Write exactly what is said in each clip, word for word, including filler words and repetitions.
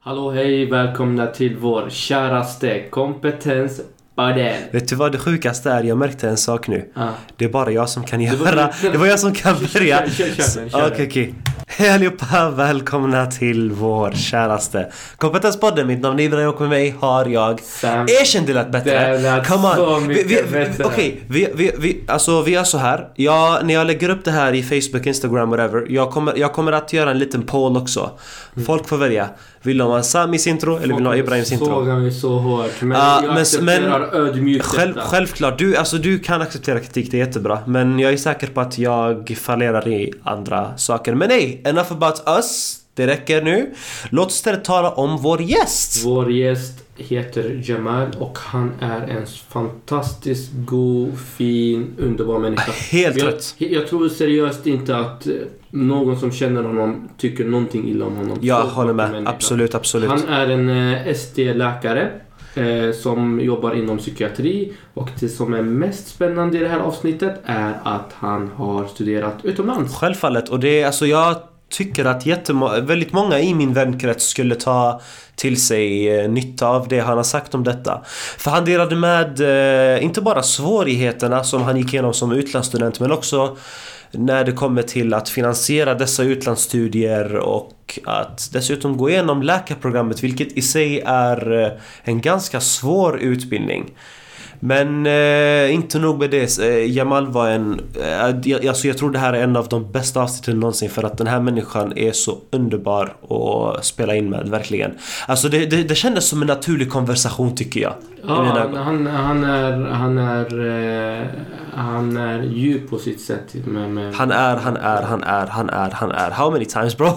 Hallå, hej, välkomna till vår käraste kompetens. Vet du vad det sjukaste är? Jag märkte en sak nu. Ah. Det är bara jag som kan göra. Det var jag som kan börja. Okej, okej. Hej allihopa, välkomna till vår käraste kompetenspodden. Mitt namn är Ibrahim och med mig har jag Sam. Erkänn det lät bättre. Det Come on. så vi, vi, bättre. Okej, vi, vi, vi, alltså, vi är så här. Jag, när jag lägger upp det här i Facebook, Instagram, whatever, jag kommer, jag kommer att göra en liten poll också. Folk får välja. Vill de ha Samis intro eller vill de ha Ibrahims intro? Sågar mig så hårt. Men uh, jag men, accepterar ödmjukt själv, Självklart, du, alltså, du kan acceptera kritik, det är jättebra. Men jag är säker på att jag fallerar i andra saker. Men nej, enough about us. Det räcker nu. Låt oss istället tala om vår gäst. Vår gäst heter Jamal och han är en fantastiskt god, fin, underbar människa. Helt jag, rätt. Jag tror seriöst inte att någon som känner honom tycker någonting illa om honom. Jag håller med, människa. absolut, absolut. Han är en eh, S D-läkare eh, som jobbar inom psykiatri. Och det som är mest spännande i det här avsnittet är att han har studerat utomlands. Självfallet, och det är alltså jag tycker att jättemo- väldigt många i min vänkrets skulle ta till sig eh, nytta av det han har sagt om detta. För han delade med eh, inte bara svårigheterna som han gick igenom som utlandsstudent, men också när det kommer till att finansiera dessa utlandsstudier och att dessutom gå igenom läkarprogrammet, vilket i sig är eh, en ganska svår utbildning. Men eh, inte nog med det. eh, Jamal var en eh, jag, alltså jag tror det här är en av de bästa avsnitten någonsin, för att den här människan är så underbar att spela in med, verkligen. Alltså det, det, det kändes som en naturlig konversation, tycker jag. Ja, han, han, han är han är eh, han är djup på sitt sätt med, med... Han är, han är, han är, han är, han är How many times, bro?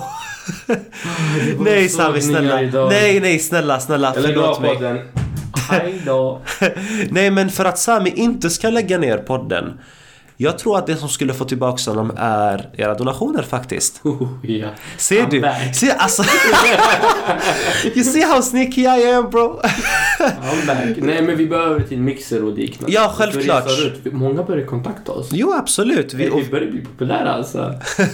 Nej, Sami, snälla. Nej, nej, snälla, snälla, förlåt mig. Den. Hej då. Nej, men för att Sami inte ska lägga ner podden, jag tror att det som skulle få tillbaka honom är era donationer faktiskt. Oh, yeah. Ser I'm du? back. Se, alltså, you see how sneaky I am, bro. I'm back. Nej, men vi behöver till mixer och liknande. Ja, självklart. Många börjar kontakta oss. Jo, absolut. Vi, vi börjar bli populära alltså.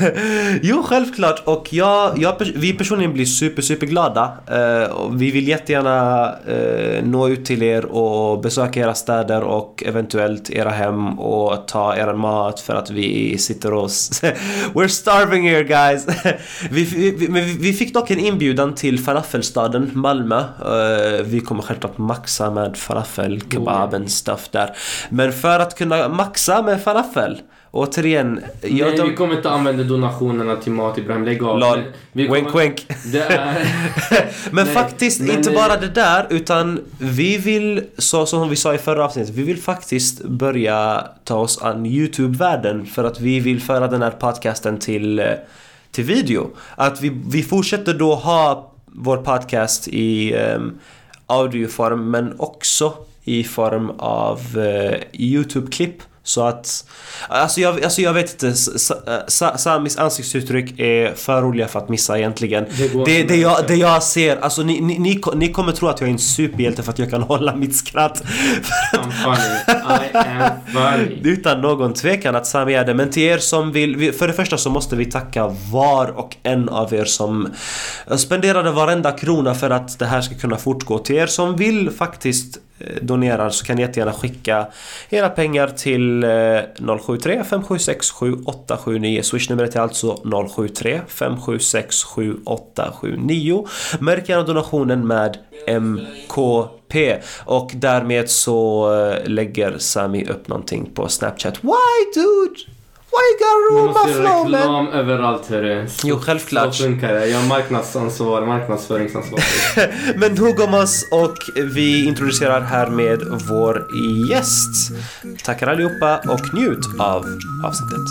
Jo, självklart. Och jag, jag, vi personligen blir super, super glada. Uh, och vi vill jättegärna uh, nå ut till er och besöka era städer och eventuellt era hem och ta era mat, för att vi sitter och we're starving here, guys. vi, vi, men vi fick dock en inbjudan till falafelstaden Malmö. uh, Vi kommer självklart maxa med falafel, kebab and stuff där. Men för att kunna maxa med falafel, återigen, nej, jag, de... vi kommer inte använda donationerna till mat, Ibrahim, lägg av. Lol. Vi kommer... Wink, wink. Det är... Men nej, faktiskt, men inte nej. bara det där, utan vi vill, så som vi sa i förra avsnittet, vi vill faktiskt börja ta oss an YouTube-världen, för att vi vill föra den här podcasten till, till video. Att vi, vi fortsätter då ha vår podcast i um, audioform, men också i form av uh, YouTube-klipp. Så att, alltså jag, alltså jag vet inte, Samis ansiktsuttryck är för roliga för att missa egentligen. Det, det, det, jag, det jag ser, alltså ni, ni, ni, ni kommer tro att jag är en superhjälte för att jag kan hålla mitt skratt. I'm funny, I am funny. Utan någon tvekan att Sami är det. Men till er som vill, för det första så måste vi tacka var och en av er som spenderade varenda krona för att det här ska kunna fortgå. Till er som vill faktiskt donerar, så kan ni jättegärna skicka era pengar till noll sju tre fem sju sex sju åtta sju nio. Swishnumret är alltså noll sju tre fem sju sex sju åtta sju nio. Märk gärna donationen med M K P. Och därmed så lägger Sami upp någonting på Snapchat. Why, dude? Why you gotta ruin my flow, man? Reklam överallt, hörru. Jo, självklart. Så funkar det. Jag har marknadsansvar, marknadsföringsansvar. Men nog om oss, och vi introducerar här med vår gäst. Tackar allihopa och njut av avsnittet.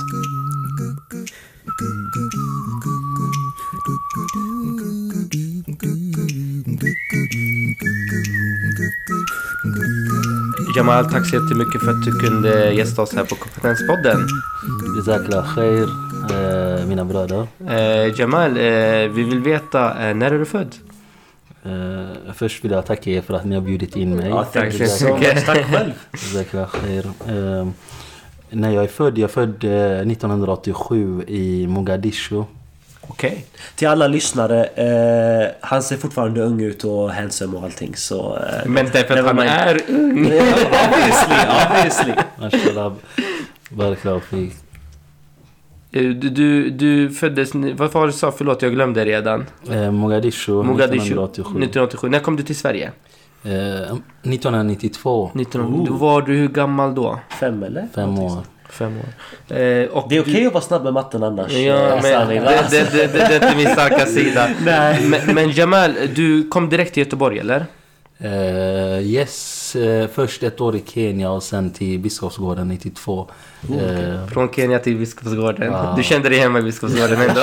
Jamal, tack så jättemycket för att du kunde gästa oss här på Kompetenspodden. Jazakallah khair, eh, mina bröder. Eh, Jamal, eh, vi vill veta, eh, när är du född? Eh, först vill jag tacka er för att ni har bjudit in mig. Ja, tack så mycket. Tack själv. Jazakallah khair. Eh, när jag är född, jag är född eh, nittonhundraåttiosju i Mogadishu. Okej. Okay. Till alla lyssnare, eh, han ser fortfarande ung ut och handsome och allting. Så, eh, men därför att han mind. Är ung. obviously, obviously. Mashallah. Barakallahu fik. Du, du, du föddes... Vad var det du sa? Förlåt, jag glömde redan. Eh, Mogadishu, Mogadishu nittonhundraåttiosju. nittonhundraåttiosju. När kom du till Sverige? Eh, nittonhundranittiotvå. nittonhundranittiotvå. Då var du hur gammal då? Fem eller? Fem år. Fem år. Eh, och det är okej okay att vara snabb med matten annars. Ja, men det, det, det, det, det är inte min starka sida. Nej. Men, men Jamal, du kom direkt till Göteborg, eller? Uh, yes, uh, först ett år i Kenya och sen till Biskopsgården nittiotvå. Oh, okay. uh, Från Kenya till Biskopsgården. Uh, du kände dig hemma i Biskopsgården ändå.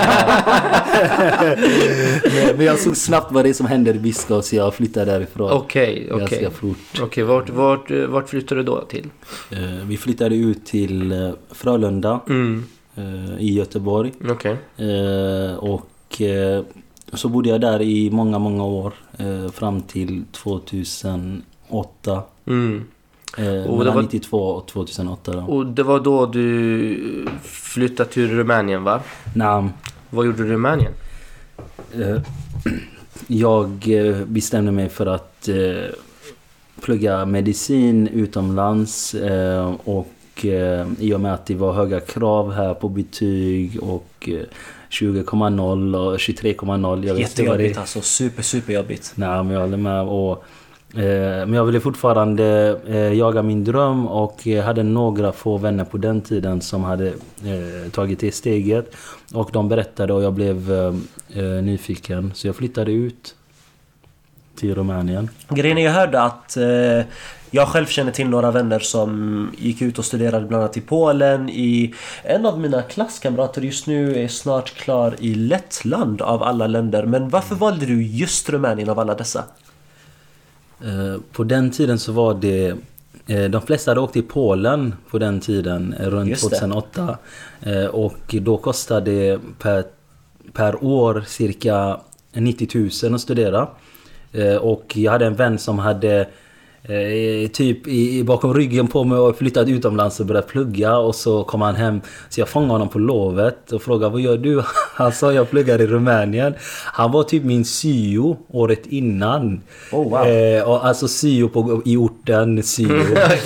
men, men jag såg snabbt vad det är som händer i Biskop, så jag flyttade därifrån. Okej, okay, okej. Okay. okay, vart, vart, vart flyttade du då till? Uh, vi flyttade ut till uh, Frölunda mm. uh, i Göteborg. Okej. Okay. Uh, och... Uh, Så bodde jag där i många, många år. Eh, fram till tjugohundraåtta. Mm. Eh, och mellan var, nittiotvå och tjugohundraåtta. Då. Och det var då du flyttade till Rumänien, va? Nej. Vad gjorde du i Rumänien? Eh, jag bestämde mig för att eh, plugga medicin utomlands. Eh, och eh, i och med att det var höga krav här på betyg och... Eh, tjugo komma noll och tjugotre komma noll. Jättejobbigt, alltså. Super, super jobbigt. Nej, men jag håller med. Och, eh, men jag ville fortfarande eh, jaga min dröm och eh, hade några få vänner på den tiden som hade eh, tagit det steget. Och de berättade och jag blev eh, nyfiken. Så jag flyttade ut till Rumänien. Grejen är, jag hörde att... Eh, Jag själv känner till några vänner som gick ut och studerade bland annat i Polen. I en av mina klasskamrater just nu är snart klar i Lettland av alla länder. Men varför valde du just Rumänien av alla dessa? Eh, på den tiden så var det... Eh, de flesta hade åkt till Polen på den tiden, eh, runt tjugohundraåtta. Eh, och då kostade det per, per år cirka nittio tusen att studera. Eh, och jag hade en vän som hade... Eh, typ i, bakom ryggen på mig och flyttat utomlands och börjat plugga, och så kom han hem, så jag fångade honom på lovet och frågade: vad gör du? Han sa: jag pluggar i Rumänien. Han var typ min syo året innan. Oh, wow. eh, och alltså syo på, i orten syo.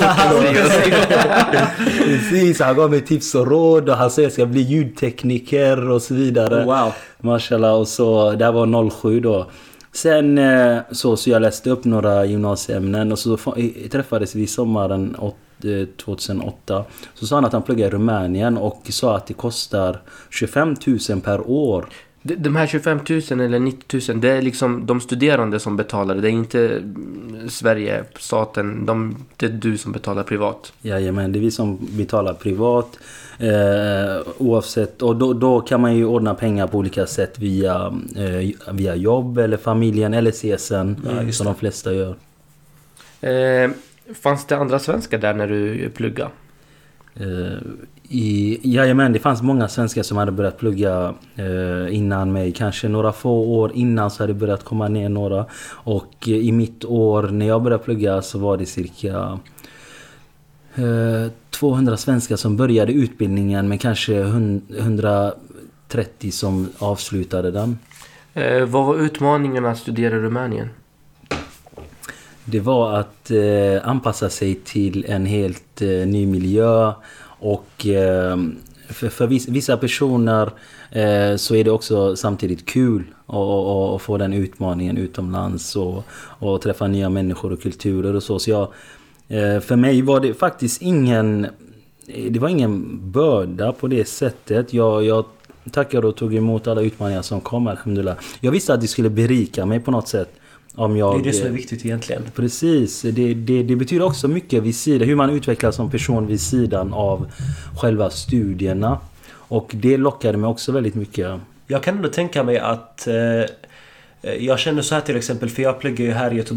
Precis, han gav mig tips och råd och han sa: jag ska bli ljudtekniker och så vidare. Oh, wow. Mashallah. Och så, det var noll sju då. Sen så, så jag läste upp några gymnasieämnen och så träffades vi sommaren tjugohundraåtta. Så sa han att han pluggar i Rumänien och sa att det kostar tjugofem tusen per år. De här tjugofem tusen eller nittio tusen, det är liksom de studerande som betalar. Det är inte Sverige, staten, de, det är du som betalar privat. Jajamän, det är vi som betalar privat. Eh, oavsett, och då, då kan man ju ordna pengar på olika sätt via, eh, via jobb eller familjen eller C S N, mm, som de flesta gör. Eh, fanns det andra svenskar där när du pluggade? Eh, i, jajamän, det fanns många svenskar som hade börjat plugga eh, innan mig. Kanske några få år innan så hade det börjat komma ner några. Och eh, i mitt år när jag började plugga så var det cirka eh, tvåhundra svenskar som började utbildningen, men kanske hundratrettio som avslutade den. Eh, vad var utmaningarna att studera i Rumänien? Det var att eh, anpassa sig till en helt eh, ny miljö, och eh, för, för vissa, vissa personer eh, så är det också samtidigt kul att, att få den utmaningen utomlands och, och träffa nya människor och kulturer och så. Så jag, eh, för mig var det faktiskt ingen, det var ingen börda på det sättet. Jag, jag tackade och tog emot alla utmaningar som kom, alhamdulillah. Jag visste att det skulle berika mig på något sätt. Om jag, det är det som är viktigt egentligen. Precis, det, det, det betyder också mycket vid sidan, hur man utvecklas som person vid sidan av själva studierna. Och det lockade mig också väldigt mycket. Jag kan ändå tänka mig att eh, jag känner så här till exempel, för jag pluggar ju här i Göteborg.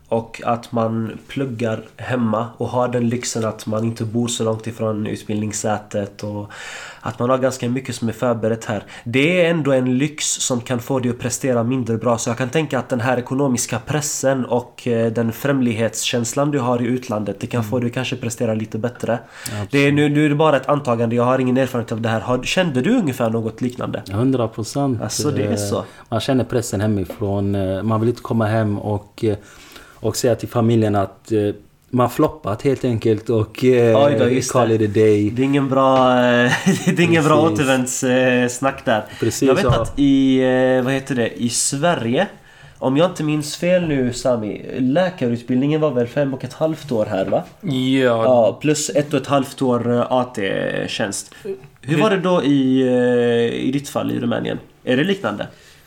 och att man pluggar hemma och har den lyxen att man inte bor så långt ifrån utbildningssätet och att man har ganska mycket som är förberett här. Det är ändå en lyx som kan få dig att prestera mindre bra. Så jag kan tänka att den här ekonomiska pressen och den främlighetskänslan du har i utlandet, det kan få dig att kanske prestera lite bättre. Det är, nu, nu är det bara ett antagande, jag har ingen erfarenhet av det här. Har, kände du ungefär något liknande? hundra procent. Alltså det är så. Man känner pressen hemifrån. Man vill inte komma hem och, och säga till familjen att man floppat helt enkelt och eh, Oj då, just call it a day. Det är ingen bra det är ingen bra återvändsnack där. Precis, jag vet ja. att i vad heter det i Sverige, om jag inte minns fel nu Sami, läkarutbildningen var väl fem och ett halvt år här va? Ja. Ja, plus ett och ett halvt år A T-tjänst. Hur var det då i i ditt fall i Rumänien? Är det liknande?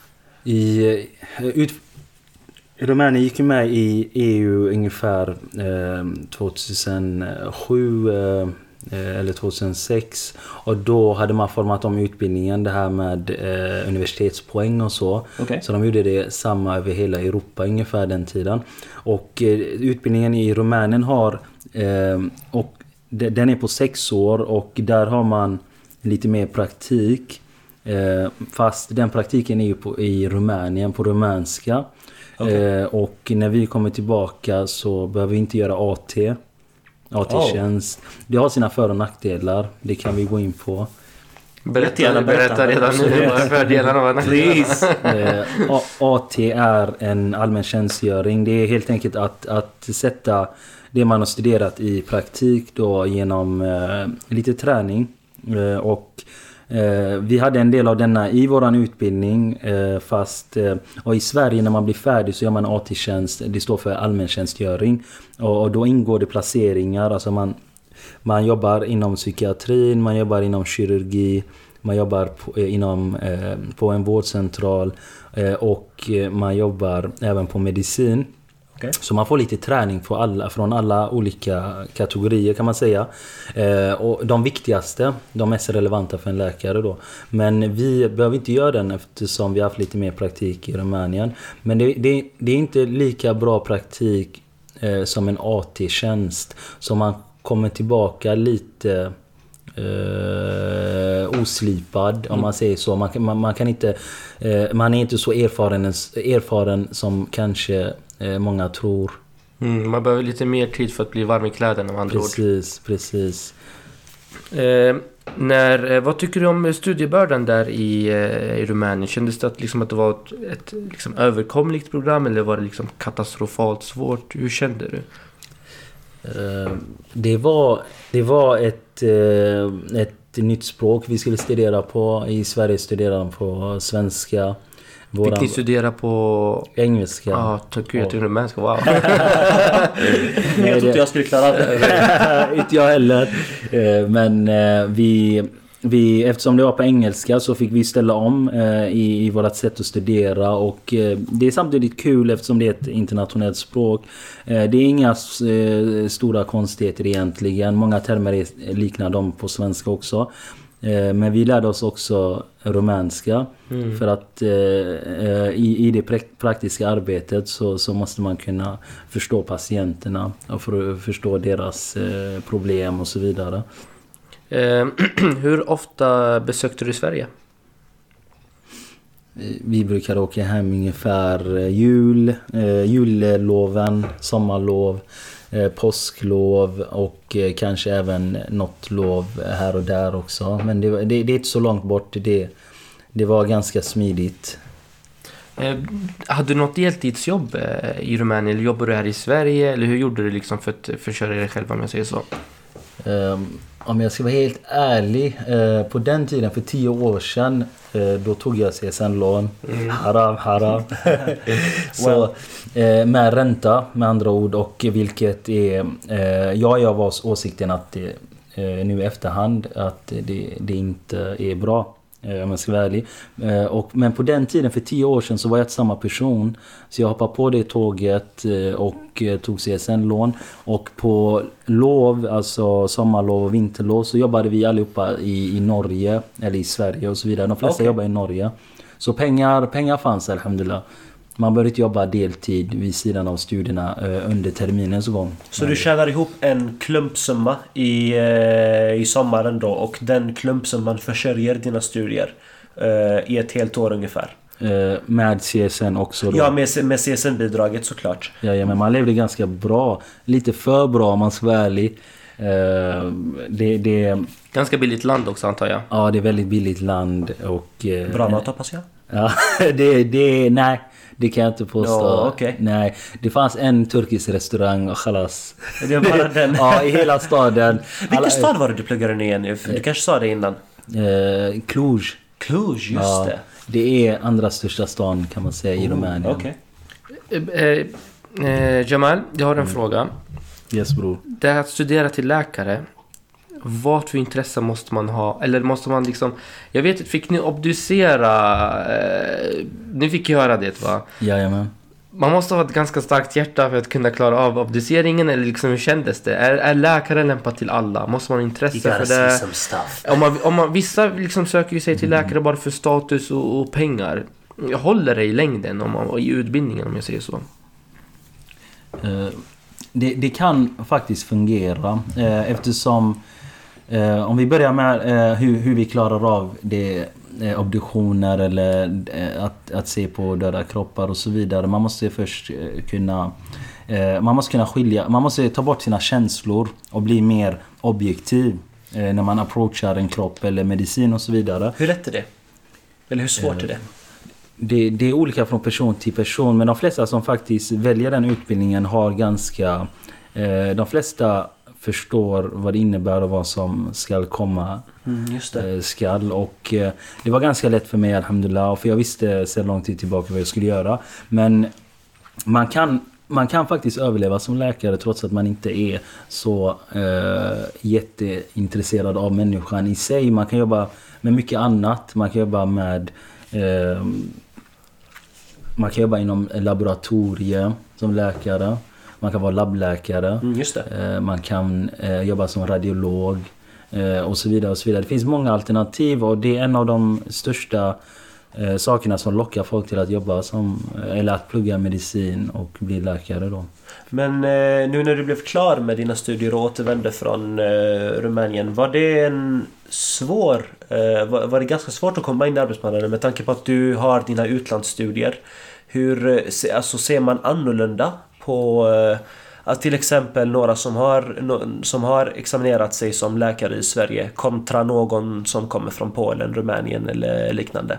I ut Rumänien gick ju med i E U ungefär eh, tjugohundrasju eh, eller tjugohundrasex och då hade man format om utbildningen det här med eh, universitetspoäng och så. Okay. Så de gjorde det samma över hela Europa ungefär den tiden. Och eh, utbildningen i Rumänien har eh, och de, den är på sex år och där har man lite mer praktik. Eh, fast den praktiken är ju på, i Rumänien på rumänska. Okay. Eh, och när vi kommer tillbaka så behöver vi inte göra A T. A T-tjänst. Oh. Det har sina för- och nackdelar. Det kan vi gå in på. Berätta, berätta, berätta redan nu vad fördelarna var. eh, A T är en allmän tjänstgöring. Det är helt enkelt att, att sätta det man har studerat i praktik då genom eh, lite träning. Eh, och Eh, vi hade en del av denna i våran utbildning eh, fast eh, och i Sverige när man blir färdig så gör man A T-tjänst, det står för allmäntjänstgöring och, och då ingår det placeringar, alltså man, man jobbar inom psykiatrin, man jobbar inom kirurgi, man jobbar på, eh, inom, eh, på en vårdcentral eh, och man jobbar även på medicin. Okay. Så man får lite träning på alla, från alla olika kategorier kan man säga. Eh, och de viktigaste, de mest relevanta för en läkare då. Men vi behöver inte göra den eftersom vi har haft lite mer praktik i Rumänien. Men det, det, det är inte lika bra praktik eh, som en A T-tjänst. Så man kommer tillbaka lite eh, oslipad mm. om man säger så. Man, man, man kan inte, eh, man är inte så erfaren, erfaren som kanske många tror. Mm, man behöver lite mer tid för att bli varm i kläderna med andra Precis, ord. precis. Eh, när, eh, vad tycker du om studiebördan där i, eh, i Rumänien? Kändes det att, liksom, att det var ett, ett liksom, överkomligt program eller var det liksom katastrofalt svårt? Hur kände du? Eh, det var, det var ett, eh, ett nytt språk vi skulle studera på. I Sverige studerade på svenska. Våran... Fick ni studera på engelska? Ja, tycker jag till rumänska. Wow. Nej, jag trodde jag skulle klara det. Inte jag heller. Men vi, vi, eftersom det var på engelska så fick vi ställa om i, i vårt sätt att studera. Och det är samtidigt kul eftersom det är ett internationellt språk. Det är inga stora konstigheter egentligen. Många termer liknar dem på svenska också. Men vi lärde oss också rumänska mm. för att eh, i, i det praktiska arbetet så, så måste man kunna förstå patienterna och för att förstå deras eh, problem och så vidare. Eh, hur ofta besökte du Sverige? Vi brukar åka hem ungefär jul, eh, julloven, sommarlov, eh, påsklov och eh, kanske även något lov här och där också. Men det, det, det är inte så långt bort. Det, det var ganska smidigt. Eh, hade du något deltidsjobb eh, i Rumänien eller jobbade du här i Sverige? Eller hur gjorde du liksom för att försörja dig själv om jag säger så? Um, om jag ska vara helt ärlig, uh, på den tiden för tio år sedan uh, då tog jag C S N-lån. Mm. Haram, haram. Så uh, med ränta med andra ord, och vilket är uh, jag jag var åsikten att det, uh, nu i efterhand att det, det inte är bra. Om jag ska vara ärlig. Och, men på den tiden för tio år sedan så var jag samma person. Så jag hoppade på det tåget och tog C S N-lån. Och på lov, alltså sommarlov och vinterlov, så jobbade vi allihopa i, i Norge eller i Sverige och så vidare. De flesta okay. jobbar i Norge. Så pengar, pengar fanns, alhamdulillah. Man bör inte jobba deltid vid sidan av studierna eh, under terminens gång. Så du tjänar ihop en klumpsumma i, eh, i sommaren då, och den klumpsumman försörjer dina studier eh, i ett helt år ungefär? Eh, med C S N också då. Ja, med, med C S N-bidraget såklart. Ja, ja, men man levde ganska bra. Lite för bra om man ska vara ärlig. Eh, det, det, Ganska billigt land också, antar jag. ja, det är väldigt billigt land. Och, eh, Bra mat hoppas jag. Ja, det, det, nej, det kan jag inte påstå. Ja, okej. Nej, det fanns en turkisk restaurang och khalas. Det var bara den. Ja, i hela staden. Vilken Alla- stad var det du pluggade ner nu? Du kanske sa det innan. Eh, Cluj. Cluj, just Ja, det. det är andra största stan kan man säga i Rumänien. Okej. Eh, eh, eh, Jamal, jag har en fråga. Yes, bror. Det här att studera till läkare, vad för intresse måste man ha? Eller måste man liksom... Jag vet inte, fick ni obducera... Eh, ni fick ju höra det, va? Jajamän. Man måste ha ett ganska starkt hjärta för att kunna klara av obduceringen, eller liksom hur kändes det? Är, är läkare lämpat till alla? Måste man ha intresse för det? stuff. Om man, om man, vissa liksom söker ju sig till läkare bara för status och, och pengar. Håller det i längden om man, i utbildningen, om jag säger så? Eh, det, det kan faktiskt fungera eh, eftersom eh, om vi börjar med eh, hur, hur vi klarar av det, eh, obduktioner eller eh, att, att se på döda kroppar och så vidare. Man måste först eh, kunna eh, man måste kunna skilja, man måste ta bort sina känslor och bli mer objektiv eh, när man approachar en kropp eller medicin och så vidare. Hur lätt är det? Eller hur svårt är det? Det, det är olika från person till person, men de flesta som faktiskt väljer den utbildningen har ganska... Eh, de flesta förstår vad det innebär och vad som ska komma Mm, just det. eh, skall. Och eh, det var ganska lätt för mig, alhamdulillah, för jag visste sedan lång tid tillbaka vad jag skulle göra. Men man kan, man kan faktiskt överleva som läkare trots att man inte är så eh, jätteintresserad av människan i sig. Man kan jobba med mycket annat. Man kan jobba med... Eh, man kan jobba inom laboratorier som läkare. Man kan vara labbläkare. Mm, just det. Eh, man kan eh, jobba som radiolog. Eh, och så vidare och så vidare. Det finns många alternativ och det är en av de största eh, sakerna som lockar folk till att jobba som, eller att plugga medicin och bli läkare då. Men eh, nu när du blev klar med dina studier och återvände från eh, Rumänien, var det en svår eh, var, var det ganska svårt att komma in i arbetsmarknaden med tanke på att du har dina utlandsstudier? Hur eh, se, alltså, ser man annorlunda på eh, att till exempel några som har, no, som har examinerat sig som läkare i Sverige kontra någon som kommer från Polen, Rumänien eller liknande?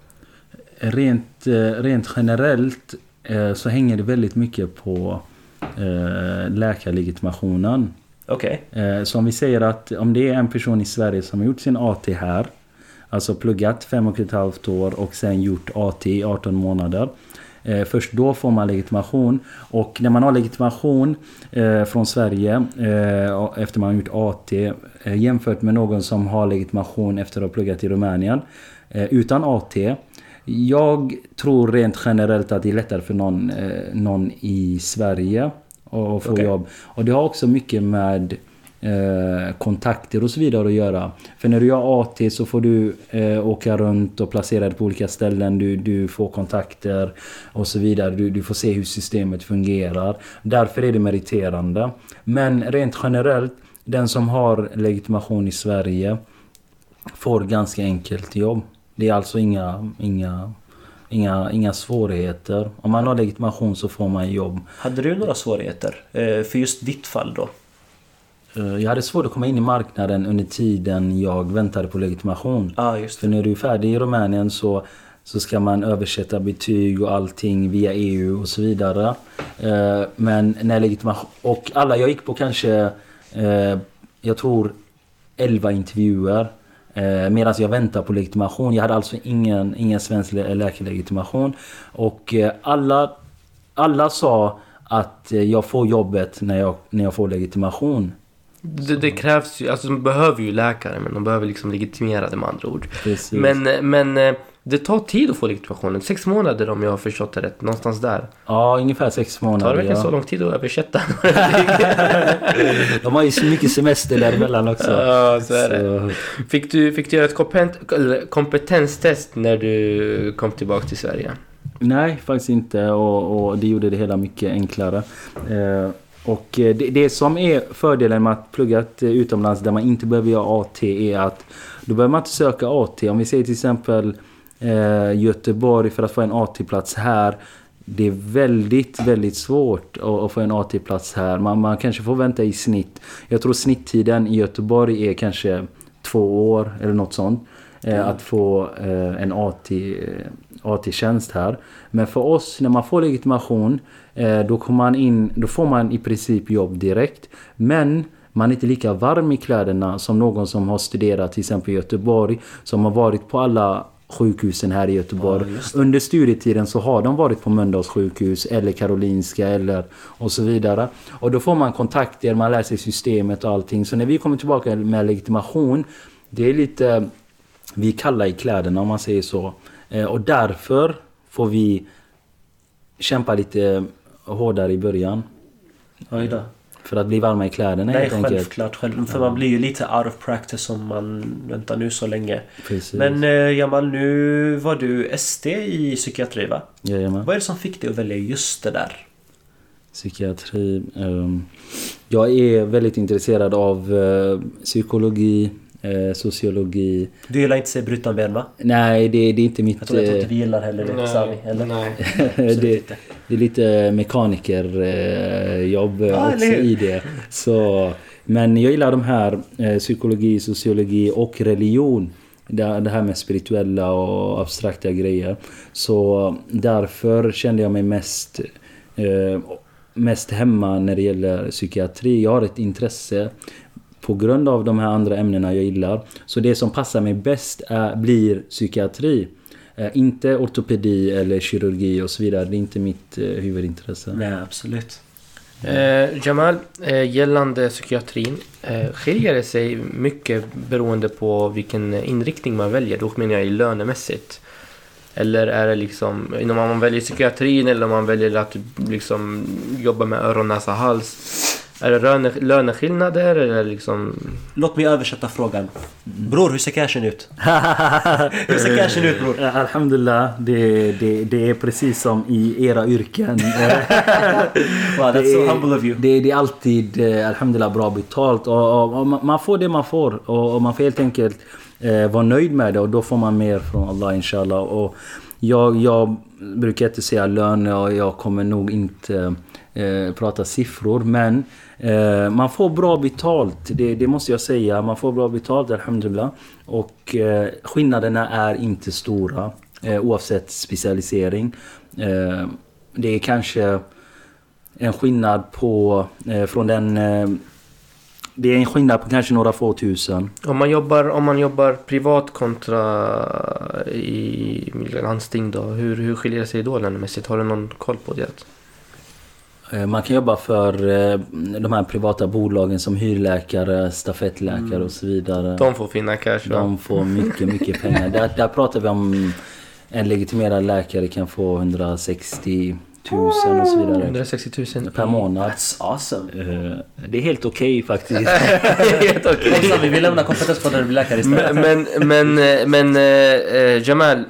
Rent, rent generellt eh, så hänger det väldigt mycket på eh, läkarlegitimationen. Okej. Okay. Eh, så om vi säger att om det är en person i Sverige som har gjort sin A T här, alltså pluggat fem och ett halvt år och sen gjort A T i arton månader. Eh, först då får man legitimation, och när man har legitimation eh, från Sverige eh, efter man har gjort A T eh, jämfört med någon som har legitimation efter att ha pluggat i Rumänien eh, utan A T. Jag tror rent generellt att det är lättare för någon, eh, någon i Sverige att få Okay. jobb. Och det har också mycket med eh, kontakter och så vidare att göra. För när du gör A T så får du eh, åka runt och placera dig på olika ställen. Du, du får kontakter och så vidare. Du, du får se hur systemet fungerar. Därför är det meriterande. Men rent generellt, den som har legitimation i Sverige får ganska enkelt jobb. Det är alltså inga, inga, inga, inga svårigheter. Om man har legitimation så får man jobb. Hade du några svårigheter eh, för just ditt fall då? Jag hade svårt att komma in i marknaden under tiden jag väntade på legitimation. Ja, ah, just det. För när du är färdig i Rumänien så, så ska man översätta betyg och allting via E U och så vidare. Men när legitimation... Och alla, jag gick på kanske, jag tror, elva intervjuer. Medan jag väntar på legitimation. Jag hade alltså ingen, ingen svensk läkarlegitimation. Och alla, alla sa att jag får jobbet när jag, när jag får legitimation. Det, det krävs ju, alltså de behöver ju läkare, men de behöver liksom legitimera det med andra ord. Precis. Men, men det tar tid att få legitimationen. Sex månader om jag har förstått det rätt. Någonstans där. Ja, ungefär sex månader. Tar det verkligen ja. så lång tid att översätta? De har ju så mycket semester däremellan också. Ja, så är Så. det. Fick du, fick du göra ett kompet- kompetenstest när du kom tillbaka till Sverige? Nej, faktiskt inte. Och, och det gjorde det hela mycket enklare. Eh, och det, det som är fördelen med att plugga utomlands där man inte behöver göra A T är att då behöver man inte söka A T. Om vi säger till exempel eh, Göteborg för att få en A T-plats här. Det är väldigt, väldigt svårt att, att få en A T-plats här. Man, man kanske får vänta i snitt. Jag tror snitttiden i Göteborg är kanske två år eller något sånt. Mm. Att få eh, en A T, A T-tjänst här. Men för oss, när man får legitimation, eh, då, kommer man in, då får man i princip jobb direkt. Men man är inte lika varm i kläderna som någon som har studerat till exempel i Göteborg. Som har varit på alla sjukhusen här i Göteborg. Ja, under studietiden så har de varit på Mölndals sjukhus eller Karolinska eller och så vidare. Och då får man kontakter, man lär sig systemet och allting. Så när vi kommer tillbaka med legitimation, det är lite... Vi kallar i kläderna om man säger så. Eh, och därför får vi kämpa lite hårdare i början. Oj då. För att bli varma i kläderna. Nej, självklart. Själv, för man blir ju lite out of practice om man väntar nu så länge. Precis. Men eh, Jamal, nu var du S T i psykiatri, va? Jajamän. Vad är det som fick dig att välja just det där? Psykiatri. Um, jag är väldigt intresserad av uh, psykologi, uh, sociologi. Du gillar inte se brutan ben, va? Nej, det, det är inte mitt... Jag tror jag inte vi gillar heller det, Sami, eller? Nej. det, det är lite mekanikerjobb uh, ah, också i det. Så, men jag gillar de här uh, psykologi, sociologi och religion. Det, det här med spirituella och abstrakta grejer. Så därför kände jag mig mest... Uh, mest hemma när det gäller psykiatri. Jag har ett intresse på grund av de här andra ämnena jag gillar. Så det som passar mig bäst är, blir psykiatri. Eh, inte ortopedi eller kirurgi och så vidare. Det är inte mitt eh, huvudintresse. Nej, absolut. Eh, Jamal, eh, gällande psykiatrin, eh, skiljer det sig mycket beroende på vilken inriktning man väljer? Då menar jag i lönemässigt. Eller är det liksom, om man väljer psykiatrin eller om man väljer att liksom jobba med öron, näsa, hals. Är det löne, löneskillnader eller liksom... Låt mig översätta frågan. Bror, hur ser cashen ut? Hur ser cashen ut, bror? Alhamdulillah, det, det, det är precis som i era yrken. Wow, that's so humble of you. Det, det är alltid, alhamdulillah, bra betalt. Och, och, och man får det man får. Och, och man får helt enkelt... Eh, var nöjd med det och då får man mer från Allah inshallah. Och jag, jag brukar inte säga lön och jag kommer nog inte eh, prata siffror, men eh, man får bra betalt, det, det måste jag säga. Man får bra betalt, alhamdulillah. Och eh, skillnaderna är inte stora eh, oavsett specialisering. Eh, det är kanske en skillnad på eh, från den eh, det är en skillnad på kanske några få tusen. Om man jobbar, om man jobbar privat kontra i landsting då, hur, hur skiljer det sig då lönemässigt? Har du någon koll på det? Man kan jobba för de här privata bolagen som hyrläkare, stafettläkare mm. och så vidare. De får fina cash då. De får mycket, mycket pengar. där, där pratar vi om en legitimerad läkare kan få hundrasextio tusen och så vidare. hundrasextio tusen per månad. That's awesome. Uh, det är helt okej okay, faktiskt. Helt okej. Okay. Vi vill lämna kompetens på den läkare istället. Men, men, men, men uh, Jamal.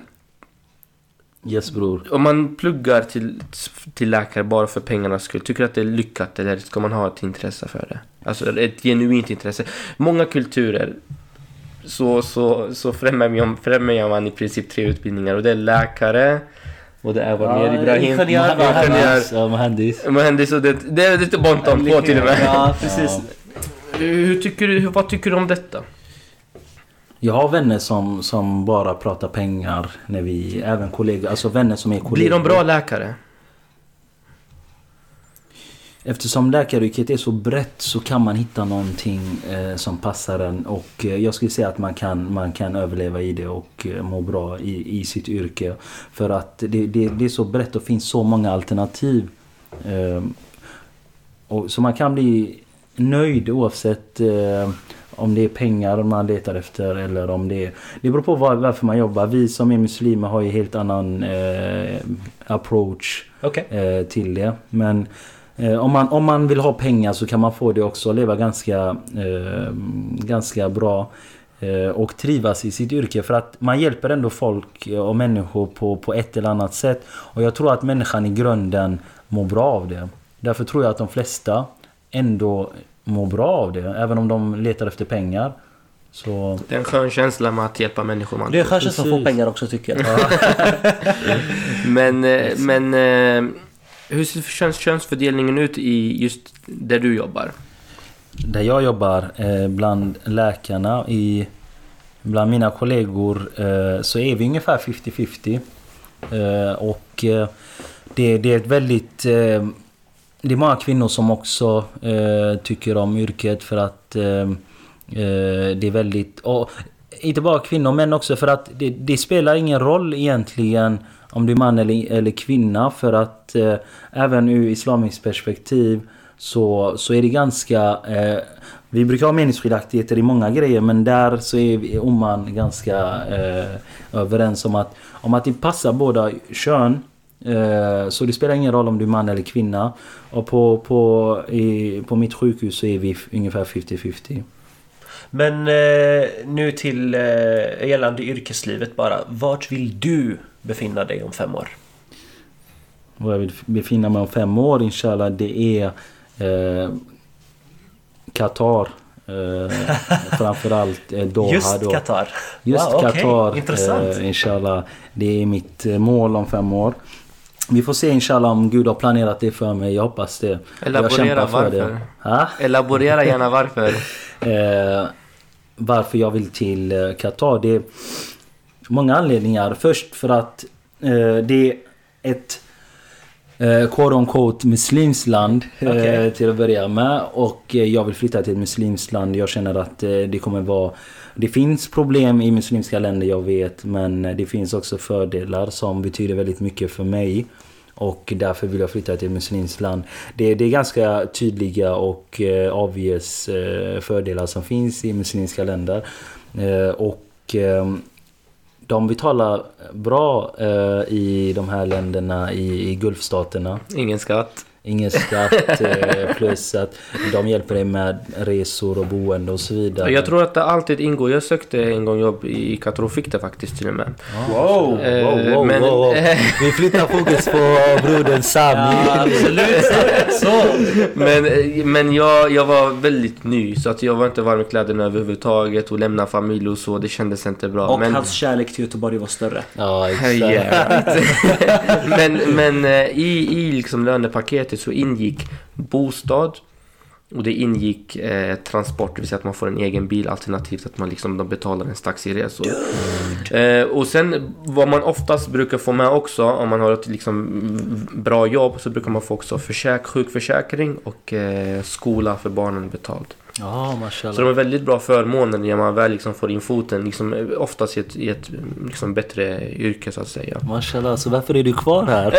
Yes, bror. Om man pluggar till, till läkare bara för pengarnas skull, tycker du att det är lyckat eller ska man ha ett intresse för det? Alltså ett genuint intresse. Många kulturer så, så, så främjar, främjar man i princip tre utbildningar och det är läkare. Och det är vad mer Ibrahim. Ingenjör, ja, Mohandis. Mohandis och det, det är lite bontom på till och med. Ja, precis. Ja. Hur tycker du, vad tycker du om detta? Jag har vänner som, som bara pratar pengar när vi, även kollegor, alltså vänner som är kollegor. Blir de bra läkare? Eftersom läkaryrket är så brett så kan man hitta någonting eh, som passar en. Och eh, jag skulle säga att man kan, man kan överleva i det och eh, må bra i, i sitt yrke. För att det, det, det är så brett och finns så många alternativ. Eh, och, så man kan bli nöjd oavsett eh, om det är pengar man letar efter eller om det är... Det beror på var, varför man jobbar. Vi som är muslimer har ju helt annan eh, approach okay. eh, till det. Men... Om man, om man vill ha pengar så kan man få det också och leva ganska, eh, ganska bra. och trivas i sitt yrke, för att man hjälper ändå folk och människor på, på ett eller annat sätt, och jag tror att människan i grunden mår bra av det. Därför tror jag att de flesta ändå mår bra av det, även om de letar efter pengar. Så... Det är en skön känsla med att hjälpa människor. Man. Det är kanske som får pengar också, tycker jag. men men hur ser köns, könsfördelningen ut i just där du jobbar? Där jag jobbar, eh, bland läkarna, i, bland mina kollegor, eh, så är vi ungefär femtio femtio. Eh, och eh, det, det är ett väldigt... Eh, det är många kvinnor som också eh, tycker om yrket, för att eh, eh, det är väldigt... Och, inte bara kvinnor, men också för att det, det spelar ingen roll egentligen om du är man eller, eller kvinna, för att eh, även ur islamiskt perspektiv så, så är det ganska... Eh, vi brukar ha meningsskiljaktigheter i många grejer, men där så är vi om man ganska eh, överens om att, om att det passar båda kön. Eh, så det spelar ingen roll om du är man eller kvinna. Och på, på, i, på mitt sjukhus så är vi ungefär femtio femtio. Men eh, nu till eh, gällande yrkeslivet bara. Vart vill du befinna dig om fem år? Var jag vill befinna mig om fem år, inshallah, det är eh, Qatar. Eh, framförallt eh, Doha. Just då. Qatar. Just wow, Qatar. Okay. Intressant. Eh, inshallah, det är mitt eh, mål om fem år. Vi får se inshallah om Gud har planerat det för mig. Jag hoppas det. Elaborera jag varför. Det. Ha? Elaborera gärna varför. eh, varför jag vill till eh, Qatar. Det är många anledningar. Först för att eh, det är ett eh, quote on quote muslims land eh, okay. till att börja med. Och eh, jag vill flytta till ett muslims land. Jag känner att eh, det kommer vara... Det finns problem i muslimska länder, jag vet, men det finns också fördelar som betyder väldigt mycket för mig, och därför vill jag flytta till ett muslimskt land. Det, det är ganska tydliga och eh, obvious eh, fördelar som finns i muslimska länder, eh, och eh, de betalar bra eh, i de här länderna, i, i Gulfstaterna. Ingen skatt. Ingen skatt, plus att de hjälper dig med resor och boende och så vidare. Jag tror att det alltid ingår. Jag sökte en gång jobb i Qatar och fick det faktiskt till och med. Wow, wow, wow, wow, men, wow. Vi flyttar fokus på brodern Sami. Ja, absolut. Så. Men, men jag, jag var väldigt ny, så att jag var inte varm i kläderna överhuvudtaget och lämna familj och så. Det kändes inte bra. Och men, hans kärlek till Göteborg var större. Ja, exakt. Yeah. men men i, i liksom lönepaketet så ingick bostad, och det ingick eh, transport, det vill säga att man får en egen bil, alternativt att man liksom de betalar en taxiresor. Eh, och sen vad man oftast brukar få med också, om man har ett liksom bra jobb, så brukar man få också försäk- sjukförsäkring och eh, skola för barnen betalt. Ja, mashallah. Så de är väldigt bra förmåner när man väl liksom får in foten liksom, oftast i ett, i ett liksom bättre yrke, så att säga. Mashallah, så varför är du kvar här?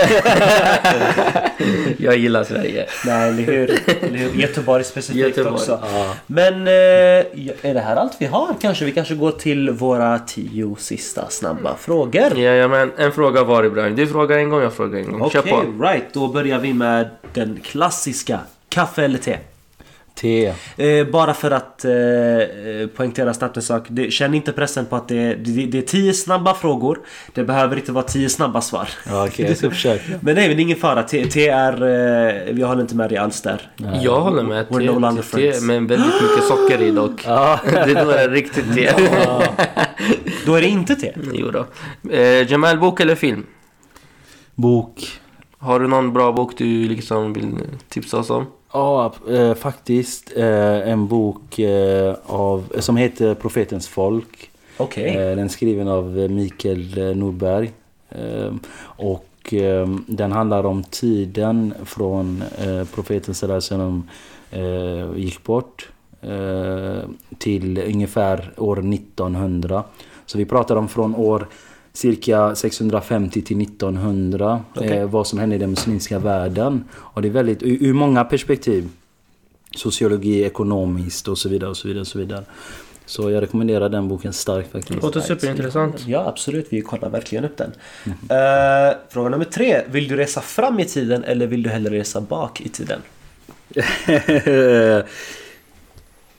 Jag gillar Sverige. Nej, eller hur? Eller hur? Göteborg specifikt Göteborg. också. Ja. Men eh, är det här allt vi har? Kanske vi kanske går till våra tio sista snabba frågor. Ja, ja, men en fråga var det, Brian. Du frågar en gång, jag frågar en gång. Okej, Kör på. right. Då börjar vi med den klassiska. Kaffe eller te? Te. Eh, bara för att eh, poängtera snabbt en sak. Det, känn inte pressen på att det, det, det är tio snabba frågor. Det behöver inte vara tio snabba svar. Ja, okej, jag ska försöka. Men nej, men ingen fara. Te, te är... Eh, jag håller inte med dig alls där. Nej. Jag håller med. We're Te, no longer te, friends. men väldigt mycket socker i dock. Ja. Det är då är det riktigt te. Ja. Då är det inte te. Jo då. Eh, Jamal, bok eller film? Bok. Har du någon bra bok du liksom vill tipsa oss om? Ja, eh, faktiskt eh, en bok eh, av, som heter Profetens folk. Okej. Okay. Eh, den är skriven av Mikael Nordberg. Eh, och eh, den handlar om tiden från eh, profeten som eh, gick bort eh, till ungefär år nittonhundra. Så vi pratar om från år cirka sexhundrafemtio till nittonhundra, okay. eh, vad som hände i den muslimska världen. Och det är väldigt, ur, ur många perspektiv, sociologi, ekonomiskt och så vidare och så vidare och så vidare. Så jag rekommenderar den boken starkt faktiskt. Det låter superintressant. Ja, absolut. Vi kollar verkligen upp den. Mm. Uh, fråga nummer tre. Vill du resa fram i tiden eller vill du hellre resa bak i tiden?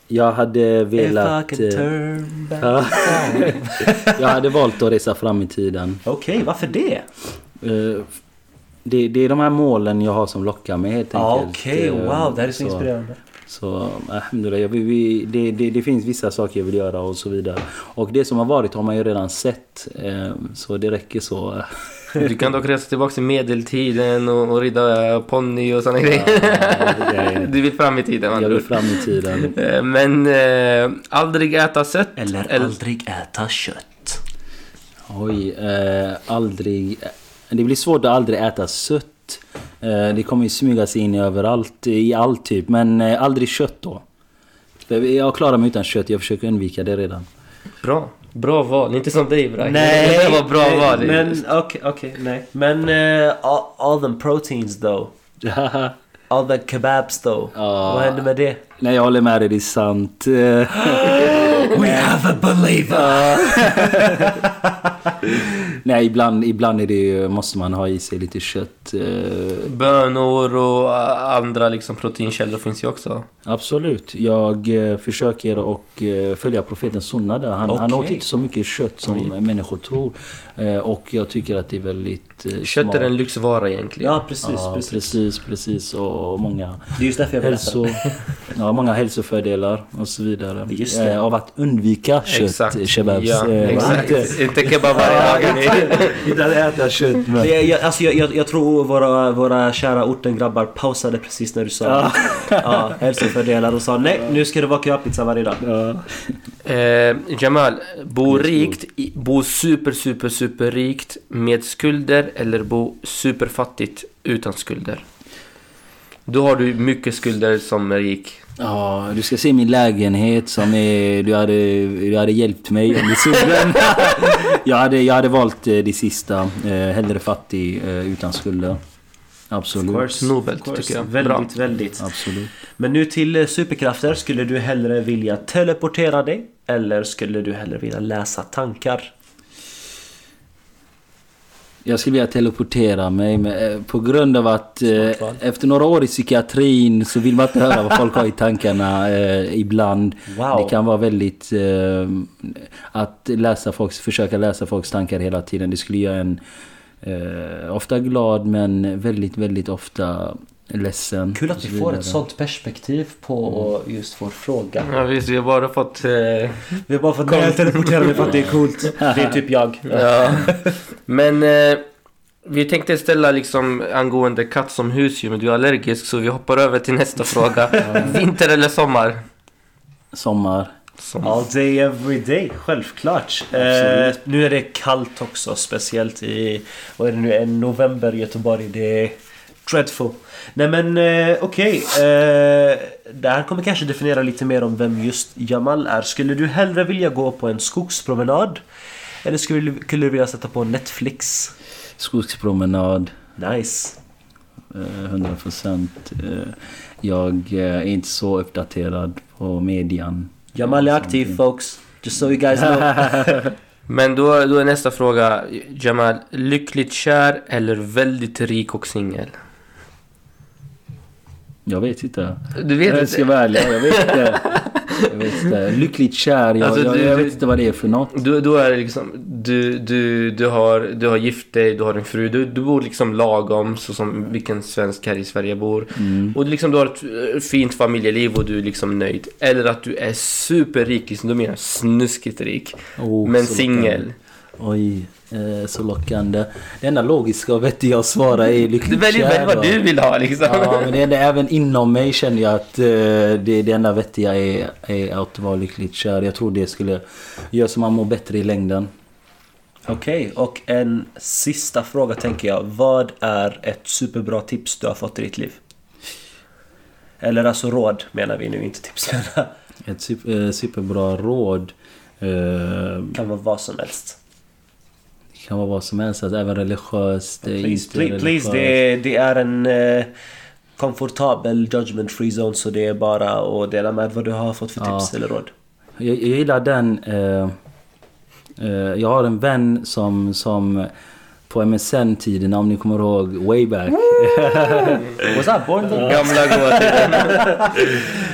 Jag hade velat... If I can turn back Ja. time. Jag hade valt att resa fram i tiden. Okej, okay, varför det? Eh, det? Det är de här målen jag har som lockar mig helt Ah, enkelt. Okej, okay. Wow, det här är så, så inspirerande. Så alhamdulillah, jag vill, vi, det, det, det finns vissa saker jag vill göra och så vidare. Och det som har varit har man ju redan sett. Eh, så det räcker så. Du kan dock resa tillbaka till medeltiden och, och rida ponny och sådana grejer. Ja, du vill fram i tiden. Man jag vill fram i tiden. Men eh, aldrig äta sött. Eller, eller aldrig äta kött. Oj, eh, aldrig... Det blir svårt att aldrig äta sött. Eh, det kommer ju smyga sig in överallt, i allt typ. Men eh, aldrig kött då. Jag klarar mig utan kött, jag försöker undvika det redan. Bra. Bra val, inte som dig, Bra. Nej, det var bra nej, val. Men okej, okay, okay, nej. Men uh, all, all them proteins though. All the kebabs though. Ja. Vad händer med det? Nej, jag håller med dig, det är sant. We have a believer. Nej, ibland, ibland är det, måste man ha i sig lite kött. Bönor och andra liksom proteinkällor finns ju också. Absolut. Jag eh, försöker att eh, följa profeten sunna där. Han, okay. han åt inte så mycket kött som mm. människor tror. Eh, och jag tycker att det är väldigt eh, kött smart. är en lyxvara egentligen. Ja, precis. Ja, precis. precis, precis. Och många, det är just därför jag hälso, ja, många hälsofördelar och så vidare. Just det. Eh, av att undvika kött, exakt. kebabs. Ja, eh, exakt. Inte, inte kebab varje dag. inte att äta kött. Men. Det, jag, alltså, jag, jag, jag tror våra, våra kära ortengrabbar pausade precis när du sa Ja. ja, hälsofördelar och sa nej, nu ska det vara köpizza varje dag. Ja. Eh, Jamal, bo rikt, i- bo super super super rikt med skulder eller bo superfattigt utan skulder? Då har du mycket skulder som är rik. Ja, du ska se min lägenhet som är... Du hade, du hade hjälpt mig om du såg den. jag, hade, jag hade valt eh, det sista. Eh, hellre fattig eh, utan skulder. Absolut. Nobelt tycker jag. Väldigt, Bra. väldigt. Absolut. Men nu till eh, superkrafter. Skulle du hellre vilja teleportera dig? Eller skulle du hellre vilja läsa tankar? Jag skulle vilja teleportera mig med, eh, på grund av att eh, efter några år i psykiatrin så vill man inte höra vad folk har i tankarna eh, ibland. Wow. Det kan vara väldigt eh, att läsa folks, försöka läsa folks tankar hela tiden. Det skulle göra en eh, ofta glad men väldigt, väldigt ofta ledsen. Kul att vi får ett sånt perspektiv på just vår fråga. Ja visst, vi har bara fått... Eh, Vi har bara fått nej, teleportera mig för att det är coolt. Det är typ jag. ja. Men eh, vi tänkte ställa liksom angående katt som husdjur, men du är allergisk så vi hoppar över till nästa fråga. Vinter eller sommar? Sommar. Sommar. All day, every day, självklart. Eh, nu är det kallt också, speciellt i vad är det nu, en november i Göteborg. Det är dreadful. Nej men eh, okej, okay. eh, det här kommer kanske definiera lite mer om vem just Jamal är. Skulle du hellre vilja gå på en skogspromenad? Eller skulle du, skulle du vilja sätta på Netflix? Skogspromenad. Nice. hundra procent. Jag är inte så uppdaterad på median. Jamal är aktiv, folks. Just so you guys know. Men då, då är nästa fråga, Jamal, lyckligt kär eller väldigt rik och singel? Jag vet inte. Du vet jag inte? ska vara ärlig, jag vet inte. Jag vet inte. Lyckligt kär, jag, Alltså, jag, du- jag vet inte vad det är för något. Du, då är det liksom, du, du, du, har, du har gift dig, du har en fru, du, du bor liksom lagom så som vilken svensk här i Sverige bor. Mm. Och liksom du har ett eh, fint familjeliv och du är liksom nöjd. Eller att du är superrik, liksom, du menar snuskigt rik. Oh, men så singel. lockande. Oj, eh, så lockande. Det enda logiska och vettiga att svara är lyckligt Du väljer kär, väl vad va? du vill ha liksom. Ja, men det enda, även inom mig känner jag att eh, det, det enda vettiga är, är att vara lyckligt kär. Jag tror det skulle göra så man mår bättre i längden. Okej, och en sista fråga tänker jag. Vad är ett superbra tips du har fått i ditt liv? Eller alltså råd menar vi nu, inte tips. Ett super, eh, superbra råd. Eh, Kan vara vad som helst. det kan vara vad som helst, alltså, även religiöst. Please, inte please, please. religiöst. Det, det är en eh, komfortabel judgment free zone, så det är bara att dela med vad du har fått för Ja. tips eller råd. Jag, jag gillar den. Eh, eh, jag har en vän som, som på M S N-tiden, om ni kommer ihåg, way back. What's up, boy? Gamla goa tiden.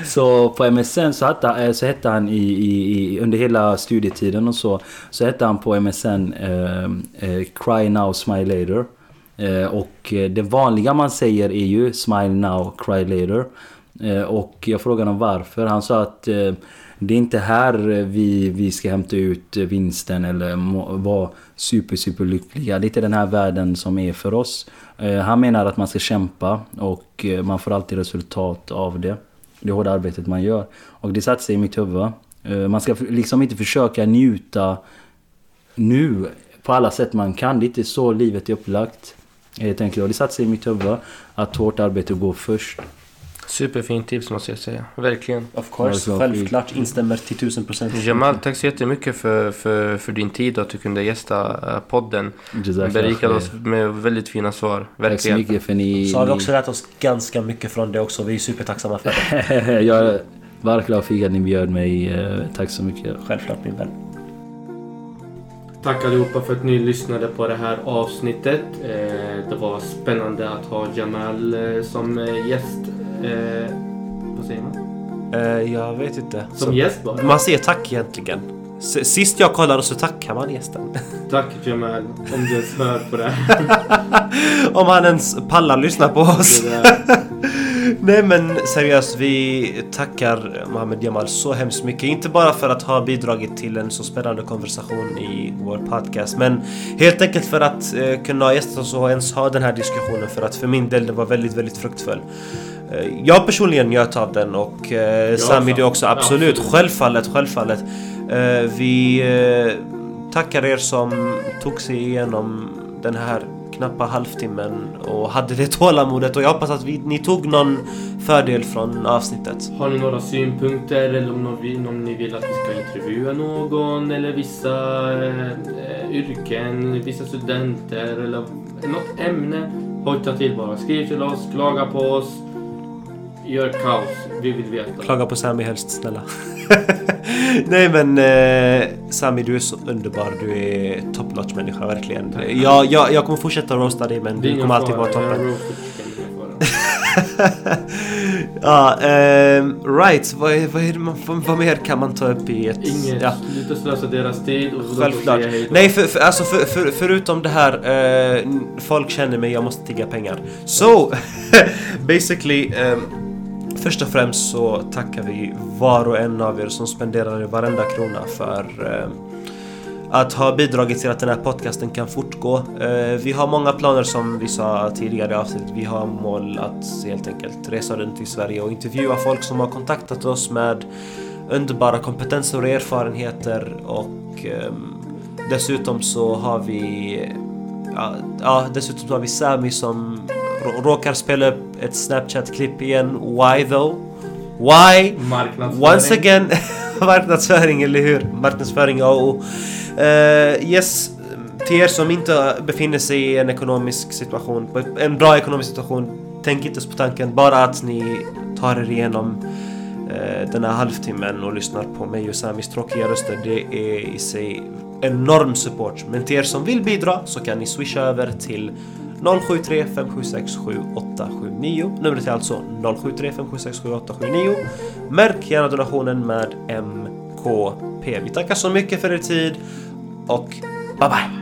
Så på M S N så hette, så hette han i, i, i, under hela studietiden och så, så hette han på M S N eh, eh, Cry Now, Smile Later. Eh, och det vanliga man säger är ju Smile Now, Cry Later. Eh, och jag frågade honom varför. Han sa att eh, det är inte här vi, vi ska hämta ut vinsten eller må, vara super, super lyckliga. Det är inte den här världen som är för oss. Eh, han menar att man ska kämpa och eh, man får alltid resultat av det. Det hårda arbetet man gör. Och det satt sig i mitt huvud. Eh, man ska liksom inte försöka njuta nu på alla sätt man kan. Det är inte så livet är upplagt. Jag tänker, och det satt sig i mitt huvud att hårt arbete går först. Superfint tips måste jag säga. Verkligen. Of course, självklart instämmer till tusen procent. Jamal, tack så jättemycket för, för, för din tid och att du kunde gästa podden. Berikade oss med väldigt fina svar. Verkligen. Tack så mycket för ni... Så har vi också lärt oss ganska mycket från det också. Vi är supertacksamma för det. Jag var glad för att ni bjöd mig. Tack så mycket. Självklart, min vän. Tack allihopa för att ni lyssnade på det här avsnittet. Det var spännande att ha Jamal som gäst. Eh, vad säger man? Uh, jag vet inte. Som så, gäst bara. Man säger tack egentligen. S- sist jag kollade så tackar man gästen. Tack Jamal, om du ens hör på det här. Om han ens pallar lyssna på oss. Nej men seriöst, vi tackar Mohammed Jamal så hemskt mycket. Inte bara för att ha bidragit till en så spännande konversation i vår podcast, men helt enkelt för att eh, kunna gästa oss och ens ha den här diskussionen. För att för min del det var väldigt, väldigt fruktfull. eh, Jag personligen njöt av den och eh, Sami du också, absolut, absolut. Självfallet, självfallet. eh, Vi eh, tackar er som tog sig igenom den här knappa halvtimmen och hade det tålamodet, och jag hoppas att vi, ni tog någon fördel från avsnittet. Har ni några synpunkter eller om, någon, om ni vill att vi ska intervjua någon eller vissa eh, yrken, vissa studenter eller något ämne, hojta till bara. Skriv till oss, klaga på oss, gör kaos, vi vill veta. Klaga på Sami helst, snälla. Nej men eh, Sami, du är så underbar. Du är top notch människa, verkligen. jag, jag, jag kommer fortsätta roasta dig, men du kommer alltid vara toppen. Ja, eh, right. Vad, vad, är det man, vad mer kan man ta upp i ett... Inget, ja. Sluta slösa deras tid och så självklart. Nej, för, för, alltså för, för, förutom det här, eh, folk känner mig, jag måste tigga pengar. So, basically... Eh, först och främst så tackar vi var och en av er som spenderar varenda krona för eh, att ha bidragit till att den här podcasten kan fortgå. Eh, vi har många planer som vi sa tidigare i avsnittet. Vi har mål att helt enkelt resa runt i Sverige och intervjua folk som har kontaktat oss med underbara kompetenser och erfarenheter. Och eh, dessutom så har vi ja, ja, dessutom så har vi Sami som råkar spela upp ett Snapchat-klipp igen. Why though? Why? Once again. Marknadsföring, eller hur? Marknadsföring, ja. Och, uh, yes, till er som inte befinner sig i en ekonomisk situation, en bra ekonomisk situation, tänk inte på tanken. Bara att ni tar er igenom uh, den här halvtimmen och lyssnar på mig och Samis tråkiga röster. Det är i sig enorm support. Men till er som vill bidra så kan ni swisha över till noll sju tre fem sju sex sju åtta sju nio. Numret är alltså noll sju tre fem sju sex sju åtta sju nio. Märk gärna donationen med M K P. Vi tackar så mycket för er tid och bye bye.